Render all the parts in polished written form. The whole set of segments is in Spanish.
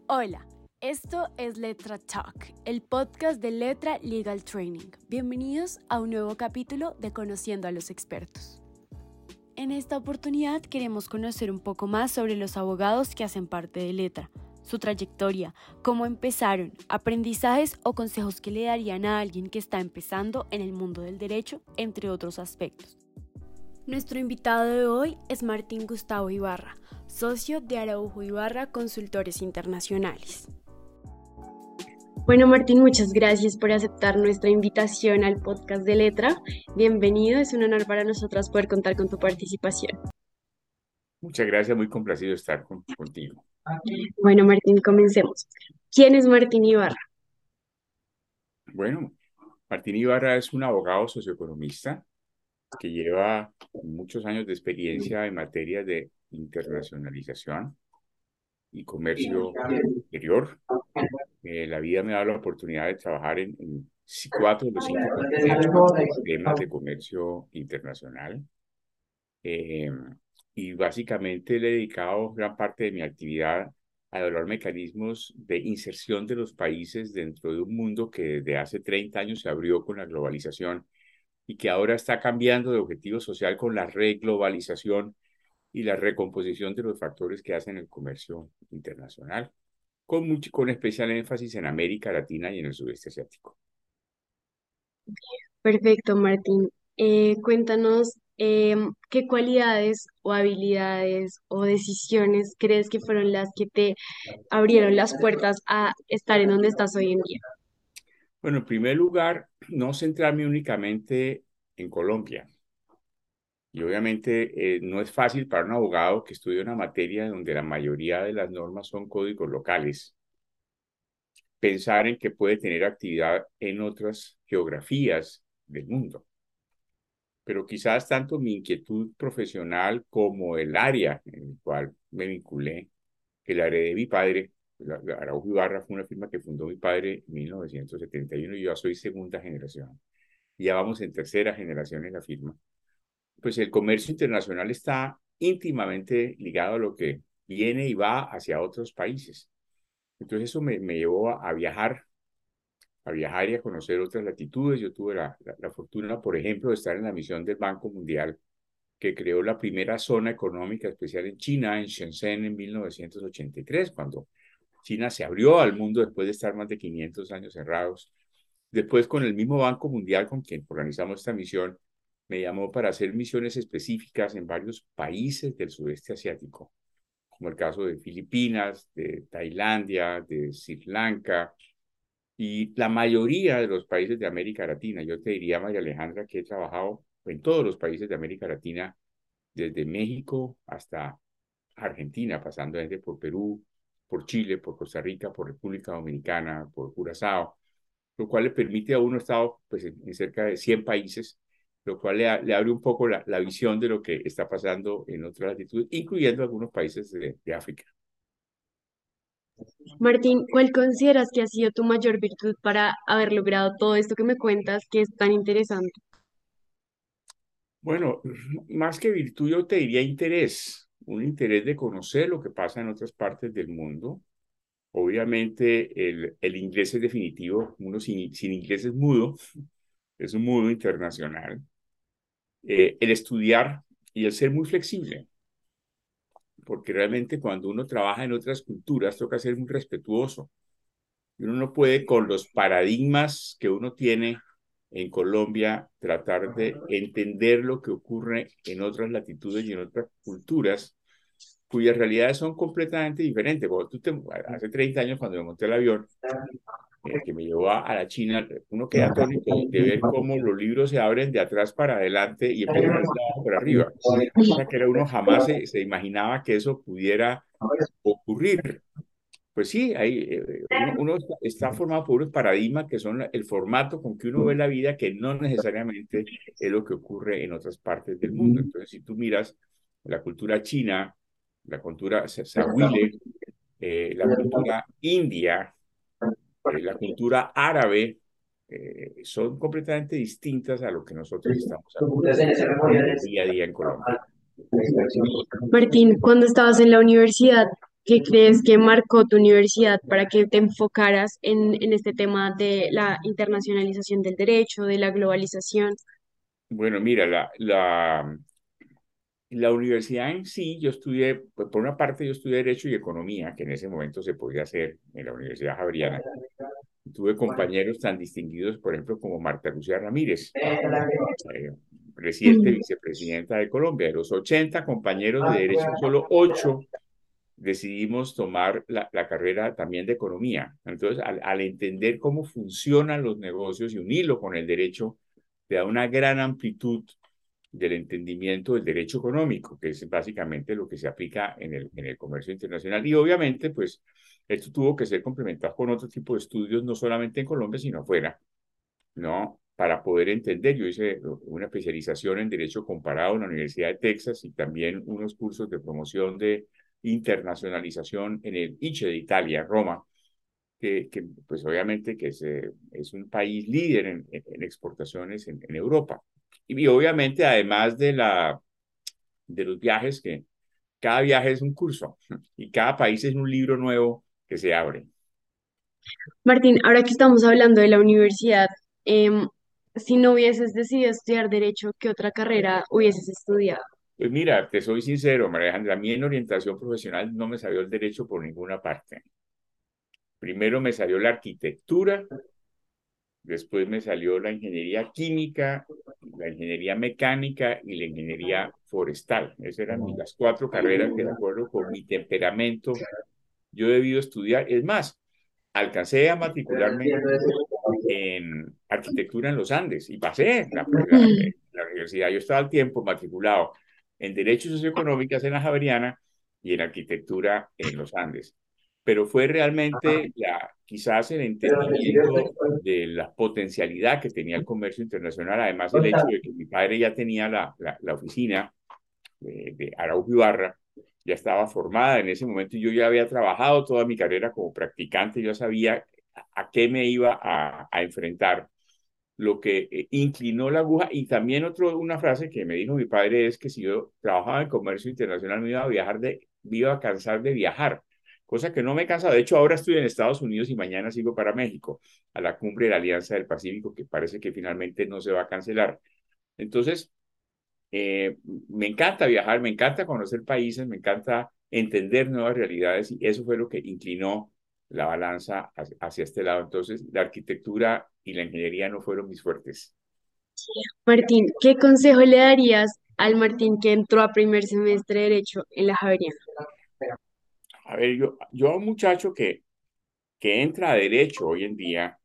Hola, esto es Letra Talk, el podcast de Letra Legal Training. Bienvenidos a un nuevo capítulo de Conociendo a los Expertos. En esta oportunidad queremos conocer un poco más sobre los abogados que hacen parte de Letra, su trayectoria, cómo empezaron, aprendizajes o consejos que le darían a alguien que está empezando en el mundo del derecho, entre otros aspectos. Nuestro invitado de hoy es Martín Gustavo Ibarra, socio de Araujo Ibarra Consultores Internacionales. Bueno, Martín, muchas gracias por aceptar nuestra invitación al podcast de Letra. Bienvenido, es un honor para nosotras poder contar con tu participación. Muchas gracias, muy complacido de estar contigo. Bueno, Martín, comencemos. ¿Quién es Martín Ibarra? Bueno, Martín Ibarra es un abogado socioeconomista que lleva muchos años de experiencia en materia de internacionalización y comercio exterior. La vida me ha dado la oportunidad de trabajar en 4 de los 5 continentes en temas de comercio internacional. Eh, y básicamente le he dedicado gran parte de mi actividad a evaluar mecanismos de inserción de los países dentro de un mundo que desde hace 30 años se abrió con la globalización y que ahora está cambiando de objetivo social con la reglobalización y la recomposición de los factores que hacen el comercio internacional, con especial énfasis en América Latina y en el sudeste asiático. Perfecto, Martín. Cuéntanos qué cualidades o habilidades o decisiones crees que fueron las que te abrieron las puertas a estar en donde estás hoy en día. Bueno, en primer lugar, no centrarme únicamente en Colombia. Y obviamente no es fácil para un abogado que estudia una materia donde la mayoría de las normas son códigos locales, pensar en que puede tener actividad en otras geografías del mundo. Pero quizás tanto mi inquietud profesional como el área en el cual me vinculé, que la heredé de mi padre. Araujo Ibarra fue una firma que fundó mi padre en 1971 y yo ya soy segunda generación. Ya vamos en tercera generación en la firma. Pues el comercio internacional está íntimamente ligado a lo que viene y va hacia otros países. Entonces eso me llevó a viajar y a conocer otras latitudes. Yo tuve la fortuna, por ejemplo, de estar en la misión del Banco Mundial, que creó la primera zona económica especial en China, en Shenzhen, en 1983, cuando China se abrió al mundo después de estar más de 500 años cerrados. Después, con el mismo Banco Mundial con quien organizamos esta misión, me llamó para hacer misiones específicas en varios países del sudeste asiático, como el caso de Filipinas, de Tailandia, de Sri Lanka y la mayoría de los países de América Latina. Yo te diría, María Alejandra, que he trabajado en todos los países de América Latina, desde México hasta Argentina, pasando desde por Perú, por Chile, por Costa Rica, por República Dominicana, por Curazao, lo cual le permite a uno estar pues, en cerca de 100 países, lo cual le abre un poco la visión de lo que está pasando en otras latitudes, incluyendo algunos países de África. Martín, ¿cuál consideras que ha sido tu mayor virtud para haber logrado todo esto que me cuentas que es tan interesante? Bueno, más que virtud, yo te diría interés, un interés de conocer lo que pasa en otras partes del mundo. Obviamente el inglés es definitivo, uno sin inglés es mudo, es un mudo internacional. El estudiar y el ser muy flexible, porque realmente cuando uno trabaja en otras culturas toca ser muy respetuoso. Y uno no puede con los paradigmas que uno tiene en Colombia tratar de entender lo que ocurre en otras latitudes y en otras culturas cuyas realidades son completamente diferentes. Hace 30 años cuando me monté el avión, que me llevó a la China, uno queda atónito de ver cómo los libros se abren de atrás para adelante y empiezan a ir de abajo para arriba. O sea, que uno jamás se imaginaba que eso pudiera ocurrir. Pues sí, uno está formado por unos paradigmas que son el formato con que uno ve la vida, que no necesariamente es lo que ocurre en otras partes del mundo. Entonces, si tú miras la cultura china, la cultura sahawile, la cultura india, la cultura árabe, son completamente distintas a lo que nosotros estamos acostumbrados a ver día a día en Colombia. Martín, cuando estabas en la universidad, ¿Qué crees que marcó tu universidad para que te enfocaras en este tema de la internacionalización del derecho, de la globalización? Bueno, mira, la universidad en sí, yo estudié, pues, por una parte yo estudié Derecho y Economía, que en ese momento se podía hacer en la Universidad Javeriana. Tuve compañeros tan distinguidos, por ejemplo, como Marta Lucía Ramírez, eh, reciente Mm. vicepresidenta de Colombia. De los 80 compañeros de Derecho, solo 8 decidimos tomar la carrera también de Economía. Entonces, al entender cómo funcionan los negocios y unirlo con el derecho, te da una gran amplitud del entendimiento del derecho económico, que es básicamente lo que se aplica en el comercio internacional. Y obviamente, pues, esto tuvo que ser complementado con otro tipo de estudios, no solamente en Colombia, sino afuera, ¿no? Para poder entender. Yo hice una especialización en Derecho Comparado en la Universidad de Texas y también unos cursos de promoción de internacionalización en el ICE de Italia, Roma, pues obviamente que es un país líder en exportaciones en Europa. Y obviamente además de los viajes, que cada viaje es un curso y cada país es un libro nuevo que se abre. Martín, ahora que estamos hablando de la universidad, em, si no hubieses decidido estudiar derecho, ¿qué otra carrera hubieses estudiado? Pues mira, te soy sincero, María Alejandra, a mí en orientación profesional no me salió el derecho por ninguna parte. Primero me salió la arquitectura, después me salió la ingeniería química, la ingeniería mecánica y la ingeniería forestal. Esas eran las 4 carreras que, de acuerdo con mi temperamento, yo he debido estudiar. Es más, alcancé a matricularme en arquitectura en los Andes y pasé la universidad. Yo estaba al tiempo matriculado en Derecho Socioeconómicas en la Javeriana y en arquitectura en los Andes. Pero fue realmente quizás el entendimiento de la potencialidad que tenía el comercio internacional, además el hecho de que mi padre ya tenía la oficina de Araujo Ibarra, ya estaba formada en ese momento y yo ya había trabajado toda mi carrera como practicante, yo sabía a qué me iba a enfrentar, lo que inclinó la aguja. Y también una frase que me dijo mi padre es que si yo trabajaba en comercio internacional me me iba a cansar de viajar, cosa que no me he cansado. De hecho, ahora estoy en Estados Unidos y mañana sigo para México, a la cumbre de la Alianza del Pacífico, que parece que finalmente no se va a cancelar. Entonces, eh, me encanta viajar, me encanta conocer países, me encanta entender nuevas realidades y eso fue lo que inclinó la balanza hacia este lado. Entonces, la arquitectura y la ingeniería no fueron mis fuertes. Martín, ¿qué consejo le darías al Martín que entró a primer semestre de derecho en la Javeriana? A ver, yo a un muchacho que entra a derecho hoy en día,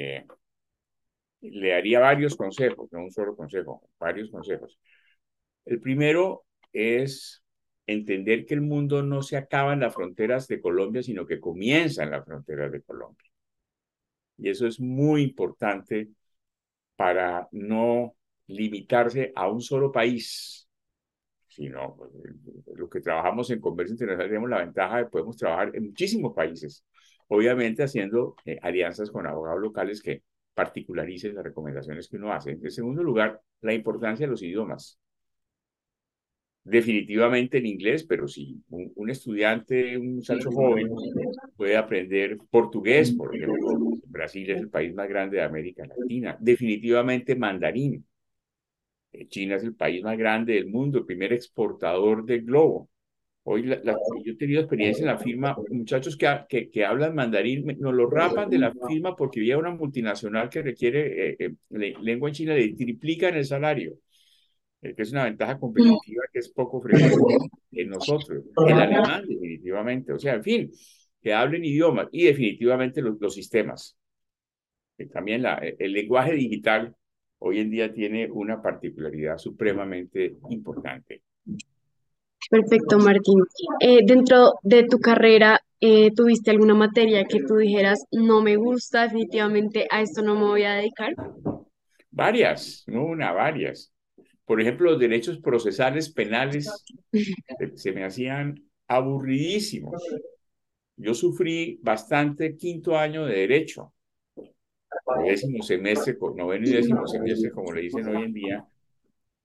le daría varios consejos, no un solo consejo, varios consejos. El primero es entender que el mundo no se acaba en las fronteras de Colombia, sino que comienza en las fronteras de Colombia. Y eso es muy importante para no limitarse a un solo país, sino pues, los que trabajamos en comercio internacional tenemos la ventaja de que podemos trabajar en muchísimos países, obviamente haciendo alianzas con abogados locales que particularicen las recomendaciones que uno hace. En segundo lugar, la importancia de los idiomas. Definitivamente en inglés, pero si un estudiante, un muchacho joven, puede aprender portugués, por ejemplo. Brasil es el país más grande de América Latina. Definitivamente mandarín. China es el país más grande del mundo, el primer exportador del globo. Hoy yo he tenido experiencia en la firma, muchachos que hablan mandarín, nos lo rapan de la firma porque había una multinacional que requiere lengua en China, le triplican el salario, que es una ventaja competitiva que es poco frecuente en nosotros. El alemán, definitivamente. O sea, en fin, que hablen idiomas y definitivamente los sistemas. También el lenguaje digital hoy en día tiene una particularidad supremamente importante. Perfecto, Martín. Dentro de tu carrera, ¿tuviste alguna materia que tú dijeras, no me gusta, definitivamente a esto no me voy a dedicar? Varias, no una, varias. Por ejemplo, los derechos procesales penales se me hacían aburridísimos. Yo sufrí bastante quinto año de derecho, o décimo semestre, noveno y décimo semestre, como le dicen hoy en día,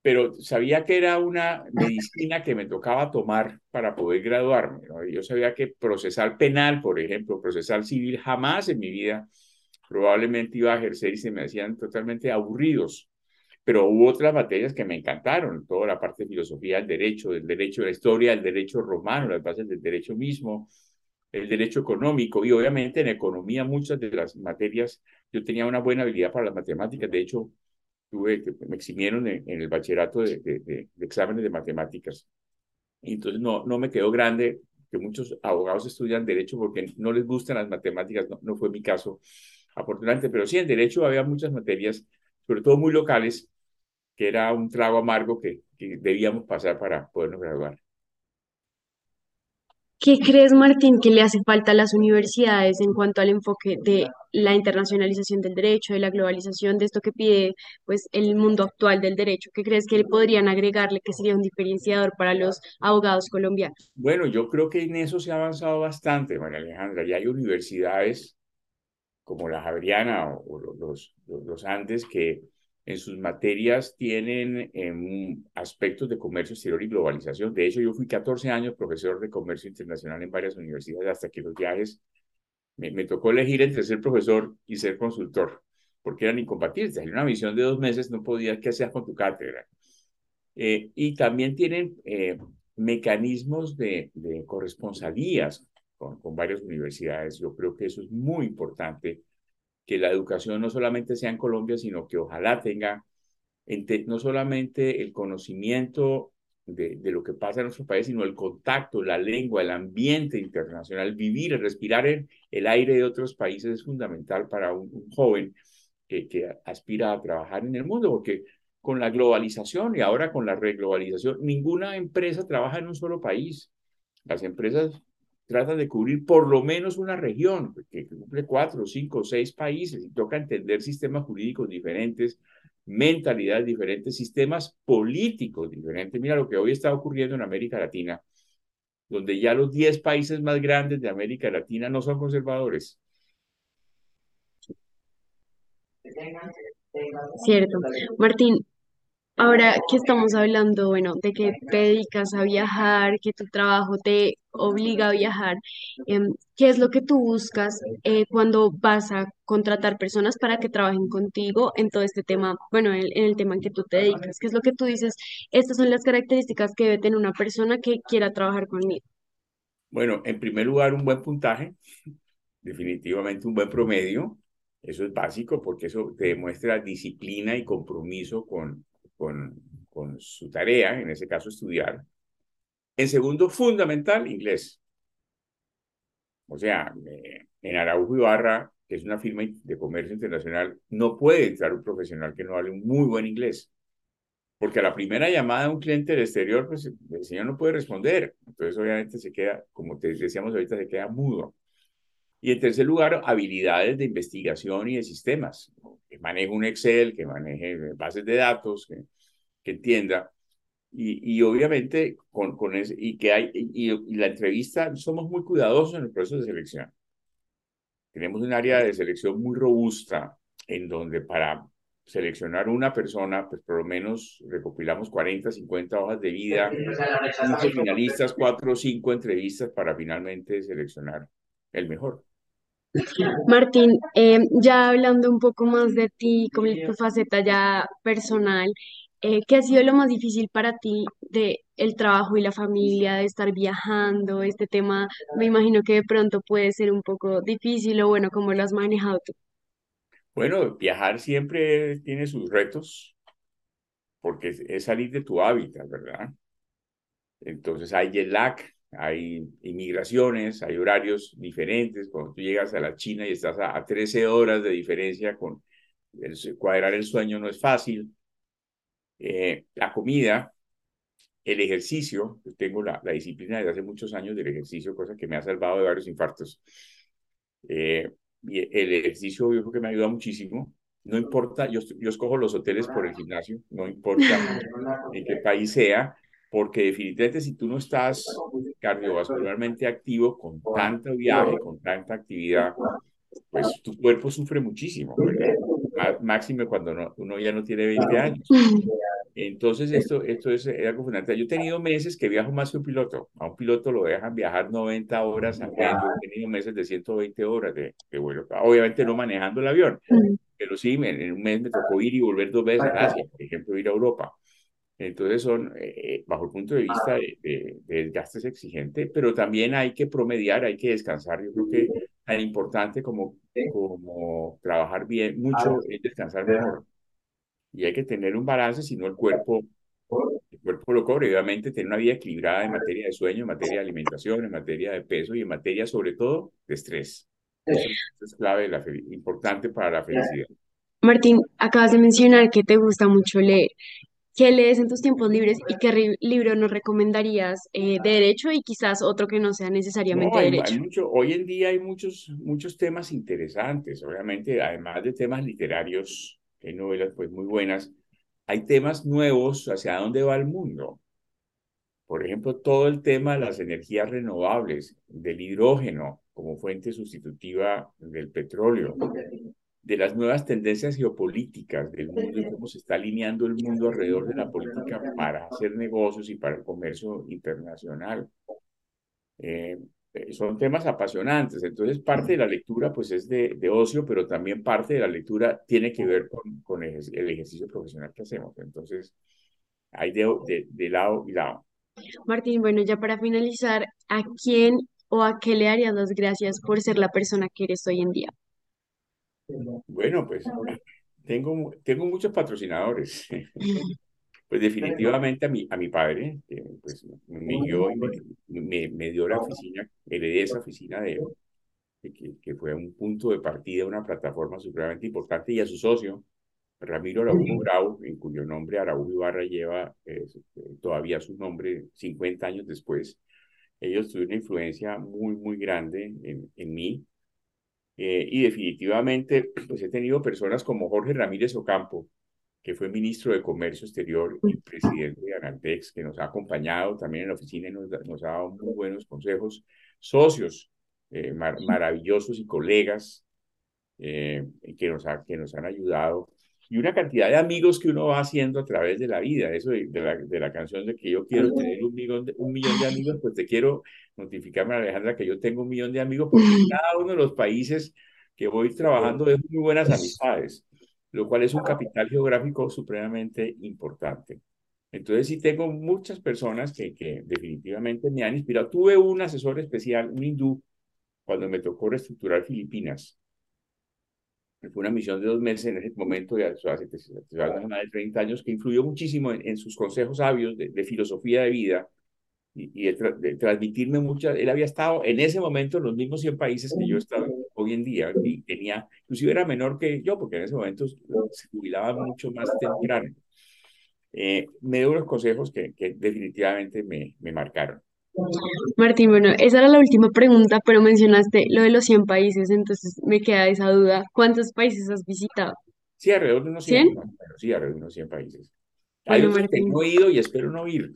pero sabía que era una medicina que me tocaba tomar para poder graduarme, ¿no? Yo sabía que procesal penal, por ejemplo, procesal civil, jamás en mi vida probablemente iba a ejercer y se me hacían totalmente aburridos. Pero hubo otras materias que me encantaron, toda la parte de filosofía del derecho de la historia, el derecho romano, las bases del derecho mismo, el derecho económico y obviamente en economía muchas de las materias, yo tenía una buena habilidad para las matemáticas, de hecho me eximieron en el bachillerato de exámenes de matemáticas. Y entonces no me quedó grande, que muchos abogados estudian derecho porque no les gustan las matemáticas, no fue mi caso, afortunadamente, pero sí en derecho había muchas materias, sobre todo muy locales, que era un trago amargo que debíamos pasar para podernos graduar. ¿Qué crees, Martín, que le hace falta a las universidades en cuanto al enfoque de la internacionalización del derecho, de la globalización, de esto que pide pues el mundo actual del derecho? ¿Qué crees que le podrían agregarle que sería un diferenciador para los abogados colombianos? Bueno, yo creo que en eso se ha avanzado bastante, María Alejandra. Ya hay universidades como la Javeriana o los Andes que en sus materias tienen aspectos de comercio exterior y globalización. De hecho, yo fui 14 años profesor de comercio internacional en varias universidades hasta que los viajes me tocó elegir entre ser profesor y ser consultor, porque eran incompatibles. En una misión de 2 meses no podías, ¿qué hacías con tu cátedra? Y también tienen mecanismos de corresponsalías con varias universidades. Yo creo que eso es muy importante, que la educación no solamente sea en Colombia, sino que ojalá tenga no solamente el conocimiento de lo que pasa en nuestro país, sino el contacto, la lengua, el ambiente internacional, vivir, respirar el aire de otros países es fundamental para un joven que aspira a trabajar en el mundo, porque con la globalización y ahora con la reglobalización, ninguna empresa trabaja en un solo país. Las empresas tratan de cubrir por lo menos una región, que cumple 4, 5, 6 países, y toca entender sistemas jurídicos diferentes, mentalidades diferentes, sistemas políticos diferentes. Mira lo que hoy está ocurriendo en América Latina, donde ya los 10 países más grandes de América Latina no son conservadores. Cierto. Martín, ahora que estamos hablando, bueno, de que te dedicas a viajar, que tu trabajo te obliga a viajar, ¿qué es lo que tú buscas cuando vas a contratar personas para que trabajen contigo en todo este tema, bueno, en el tema en que tú te dedicas? ¿Qué es lo que tú dices? Estas son las características que debe tener una persona que quiera trabajar conmigo. Bueno, en primer lugar, un buen puntaje, definitivamente un buen promedio. Eso es básico porque eso te demuestra disciplina y compromiso con su tarea, en ese caso estudiar. En segundo, fundamental, inglés. O sea, en Araujo Ibarra, que es una firma de comercio internacional, no puede entrar un profesional que no hable un muy buen inglés. Porque a la primera llamada de un cliente del exterior, pues el señor no puede responder. Entonces, obviamente, se queda, como te decíamos ahorita, se queda mudo. Y en tercer lugar, habilidades de investigación y de sistemas, ¿no? Que maneje un Excel, que maneje bases de datos, que entienda. Y obviamente, con ese, y que hay, y la entrevista, somos muy cuidadosos en el proceso de selección. Tenemos un área de selección muy robusta en donde para seleccionar una persona, pues por lo menos recopilamos 40, 50 hojas de vida, 15 finalistas, 4 o 5 entrevistas para finalmente seleccionar el mejor. Martín, ya hablando un poco más de ti, con tu faceta ya personal, ¿qué ha sido lo más difícil para ti de el trabajo y la familia, de estar viajando? Este tema me imagino que de pronto puede ser un poco difícil o bueno, ¿cómo lo has manejado tú? Bueno, viajar siempre tiene sus retos porque es salir de tu hábitat, ¿verdad? Entonces hay jet lag, hay inmigraciones, hay horarios diferentes. Cuando tú llegas a la China y estás a 13 horas de diferencia, cuadrar el sueño no es fácil. La comida, el ejercicio, yo tengo la disciplina desde hace muchos años del ejercicio, cosa que me ha salvado de varios infartos. Eh, y el ejercicio yo creo que me ayuda muchísimo. No importa, yo escojo los hoteles por el gimnasio, no importa en qué país sea, porque definitivamente si tú no estás cardiovascularmente activo con tanto viaje, con tanta actividad, pues tu cuerpo sufre muchísimo, ¿verdad? máximo cuando uno ya no tiene 20 años. Entonces, esto es algo fundamental. Yo he tenido meses que viajo más que un piloto. A un piloto lo dejan viajar 90 horas al mes. Yo he tenido meses de 120 horas de vuelo. Obviamente no manejando el avión, pero sí, en un mes me tocó ir y volver 2 veces a Asia, por ejemplo, ir a Europa. Entonces son, bajo el punto de vista de desgaste es exigente, pero también hay que promediar, hay que descansar. Yo creo que tan importante como trabajar bien, mucho es descansar mejor. Y hay que tener un balance, si no el cuerpo lo cobra. Y obviamente tener una vida equilibrada en materia de sueño, en materia de alimentación, en materia de peso y en materia sobre todo de estrés. Eso es clave, importante para la felicidad. Martín, acabas de mencionar que te gusta mucho leer. ¿Qué lees en tus tiempos libres y qué libro nos recomendarías de derecho y quizás otro que no sea No, necesariamente hay derecho? mucho, hoy en día hay muchos temas interesantes, obviamente, además de temas literarios, hay novelas pues muy buenas, hay temas nuevos hacia dónde va el mundo. Por ejemplo, todo el tema de las energías renovables, del hidrógeno como fuente sustitutiva del petróleo, de las nuevas tendencias geopolíticas del mundo y cómo se está alineando el mundo alrededor de la política para hacer negocios y para el comercio internacional. Eh, Son temas apasionantes. Entonces, parte de la lectura, pues, es de ocio, pero también parte de la lectura tiene que ver con el ejercicio profesional que hacemos. Entonces, hay de lado y lado. Martín, bueno, ya para finalizar, ¿a quién o a qué le darías las gracias por ser la persona que eres hoy en día? Bueno, pues, tengo muchos patrocinadores. Pues definitivamente a mi padre, que pues me guió y me dio la oficina, heredé esa oficina de él, que fue un punto de partida, una plataforma supremamente importante, y a su socio, Ramiro Araujo Bravo, en cuyo nombre Araujo Ibarra lleva todavía su nombre 50 años después. Ellos tuvieron una influencia muy, muy grande en mí. Y definitivamente, pues he tenido personas como Jorge Ramírez Ocampo, que fue ministro de Comercio Exterior y presidente de Anantex, que nos ha acompañado también en la oficina y nos ha dado muy buenos consejos, socios maravillosos y colegas que nos han ayudado, y una cantidad de amigos que uno va haciendo a través de la vida. Eso de la canción de que yo quiero tener un millón de amigos, pues te quiero notificarme, Alejandra, que yo tengo 1 millón de amigos, porque en cada uno de los países que voy trabajando dejo muy buenas amistades, lo cual es un capital geográfico supremamente importante. Entonces sí tengo muchas personas que definitivamente me han inspirado. Tuve un asesor especial, un hindú, cuando me tocó reestructurar Filipinas. Fue una misión de 2 meses en ese momento, ya hace más de 30 años, que influyó muchísimo en sus consejos sabios de filosofía de vida y de transmitirme muchas. Él había estado en ese momento en los mismos 100 países que yo he estado hoy en día, y tenía, inclusive era menor que yo, porque en ese momento se jubilaba mucho más temprano. Me dio unos consejos que definitivamente me marcaron. Martín, bueno, esa era la última pregunta, pero mencionaste lo de los 100 países, entonces me queda esa duda. ¿Cuántos países has visitado? Sí, alrededor de unos 100, ¿100? más o menos, sí, alrededor de unos 100 países. Hay Bueno, otros que Martín. no he ido y espero no ir.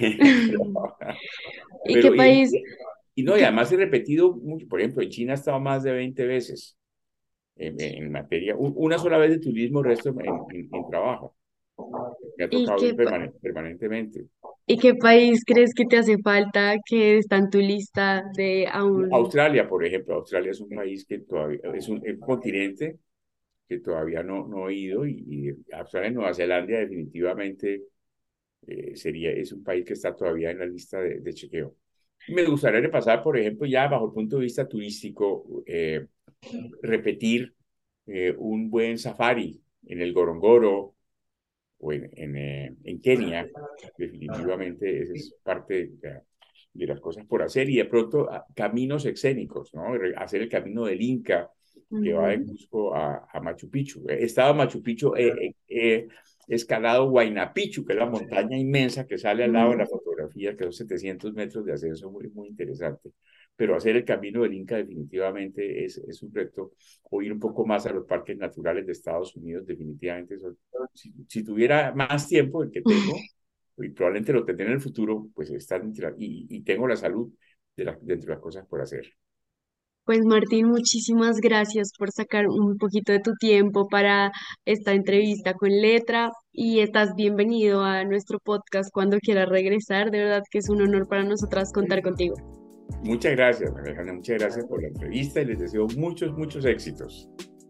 ¿Y qué Pero, país? y no, y qué- además he repetido mucho. Por ejemplo, en China he estado más de 20 veces en materia, una sola vez de turismo, el resto en trabajo. Me ha ¿Y tocado qué, ir permanentemente. y qué país crees que te hace falta que está en tu lista de aún? Australia, por ejemplo, Australia es un país que todavía, es un continente que todavía no he ido, y Australia y Nueva Zelanda definitivamente es un país que está todavía en la lista de chequeo. Me gustaría repasar, por ejemplo, ya bajo el punto de vista turístico, repetir un buen safari en el Gorongoro o en Kenia. Definitivamente esa es parte de las cosas por hacer, y de pronto caminos escénicos, ¿no? Hacer el camino del Inca que va de Ujú. Cusco a Machu Picchu. He estado en Machu Picchu, he escalado Huayna Picchu, que es la montaña inmensa que sale al lado de la fotografía, que son 700 metros de ascenso, muy, muy interesante. Pero hacer el camino del Inca definitivamente es un reto, o ir un poco más a los parques naturales de Estados Unidos, definitivamente. Si tuviera más tiempo el que tengo, y probablemente lo tendré en el futuro, pues estar y tengo la salud dentro de las cosas por hacer. Pues Martín, muchísimas gracias por sacar un poquito de tu tiempo para esta entrevista con Letra y estás bienvenido a nuestro podcast cuando quieras regresar. De verdad que es un honor para nosotras contar contigo. Muchas gracias, María Alejandra, muchas gracias por la entrevista y les deseo muchos éxitos.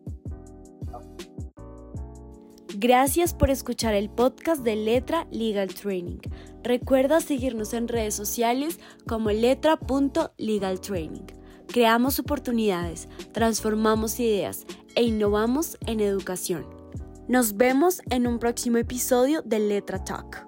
Gracias por escuchar el podcast de Letra Legal Training. Recuerda seguirnos en redes sociales como letra.legaltraining. Creamos oportunidades, transformamos ideas e innovamos en educación. Nos vemos en un próximo episodio de Letra Talk.